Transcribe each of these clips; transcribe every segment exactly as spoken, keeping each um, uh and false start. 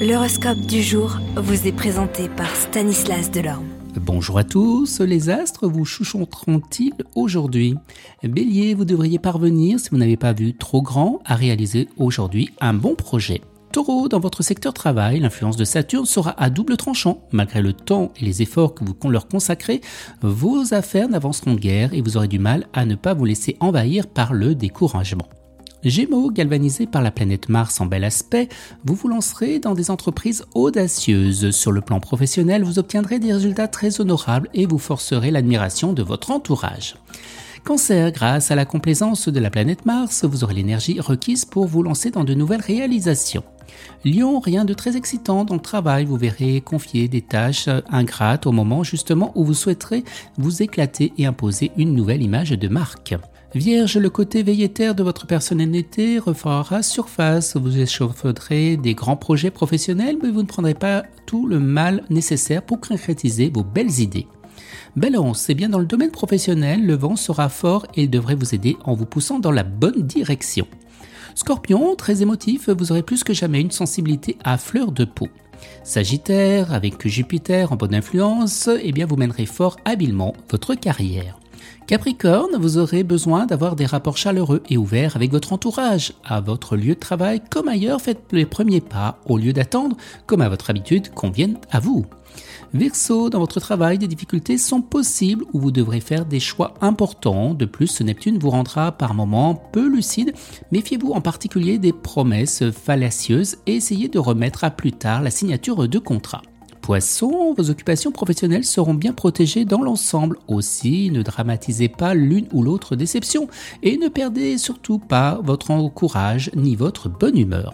L'horoscope du jour vous est présenté par Stanislas Delorme. Bonjour à tous, les astres vous chouchouteront-ils aujourd'hui? Bélier, vous devriez parvenir, si vous n'avez pas vu trop grand, à réaliser aujourd'hui un bon projet. Taureau, dans votre secteur travail, l'influence de Saturne sera à double tranchant. Malgré le temps et les efforts que vous leur consacrez, vos affaires n'avanceront guère et vous aurez du mal à ne pas vous laisser envahir par le découragement. Gémeaux, galvanisé par la planète Mars en bel aspect, vous vous lancerez dans des entreprises audacieuses. Sur le plan professionnel, vous obtiendrez des résultats très honorables et vous forcerez l'admiration de votre entourage. Cancer, grâce à la complaisance de la planète Mars, vous aurez l'énergie requise pour vous lancer dans de nouvelles réalisations. Lion, rien de très excitant dans le travail, vous verrez confier des tâches ingrates au moment justement où vous souhaiterez vous éclater et imposer une nouvelle image de marque. Vierge, le côté velléitaire de votre personnalité refera surface, vous échaufferez des grands projets professionnels, mais vous ne prendrez pas tout le mal nécessaire pour concrétiser vos belles idées. Balance, c'est bien dans le domaine professionnel, le vent sera fort et il devrait vous aider en vous poussant dans la bonne direction. Scorpion, très émotif, vous aurez plus que jamais une sensibilité à fleur de peau. Sagittaire, avec Jupiter en bonne influence, eh bien vous mènerez fort habilement votre carrière. Capricorne, vous aurez besoin d'avoir des rapports chaleureux et ouverts avec votre entourage. À votre lieu de travail comme ailleurs, faites les premiers pas au lieu d'attendre, comme à votre habitude, conviennent à vous. Verseau, dans votre travail, des difficultés sont possibles où vous devrez faire des choix importants. De plus, Neptune vous rendra par moments peu lucide. Méfiez-vous en particulier des promesses fallacieuses et essayez de remettre à plus tard la signature de contrat. Poissons, vos occupations professionnelles seront bien protégées dans l'ensemble. Aussi, ne dramatisez pas l'une ou l'autre déception et ne perdez surtout pas votre courage ni votre bonne humeur.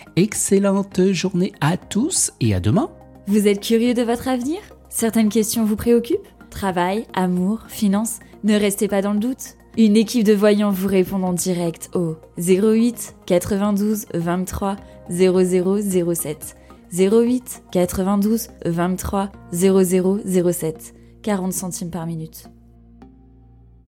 Excellente journée à tous et à demain. Vous êtes curieux de votre avenir? Certaines questions vous préoccupent? Travail, amour, finances? Ne restez pas dans le doute. Une équipe de voyants vous répond en direct au zéro huit quatre-vingt-douze vingt-trois zéro zéro zéro sept. zéro huit quatre-vingt-douze vingt-trois zéro zéro zéro sept. quarante centimes par minute.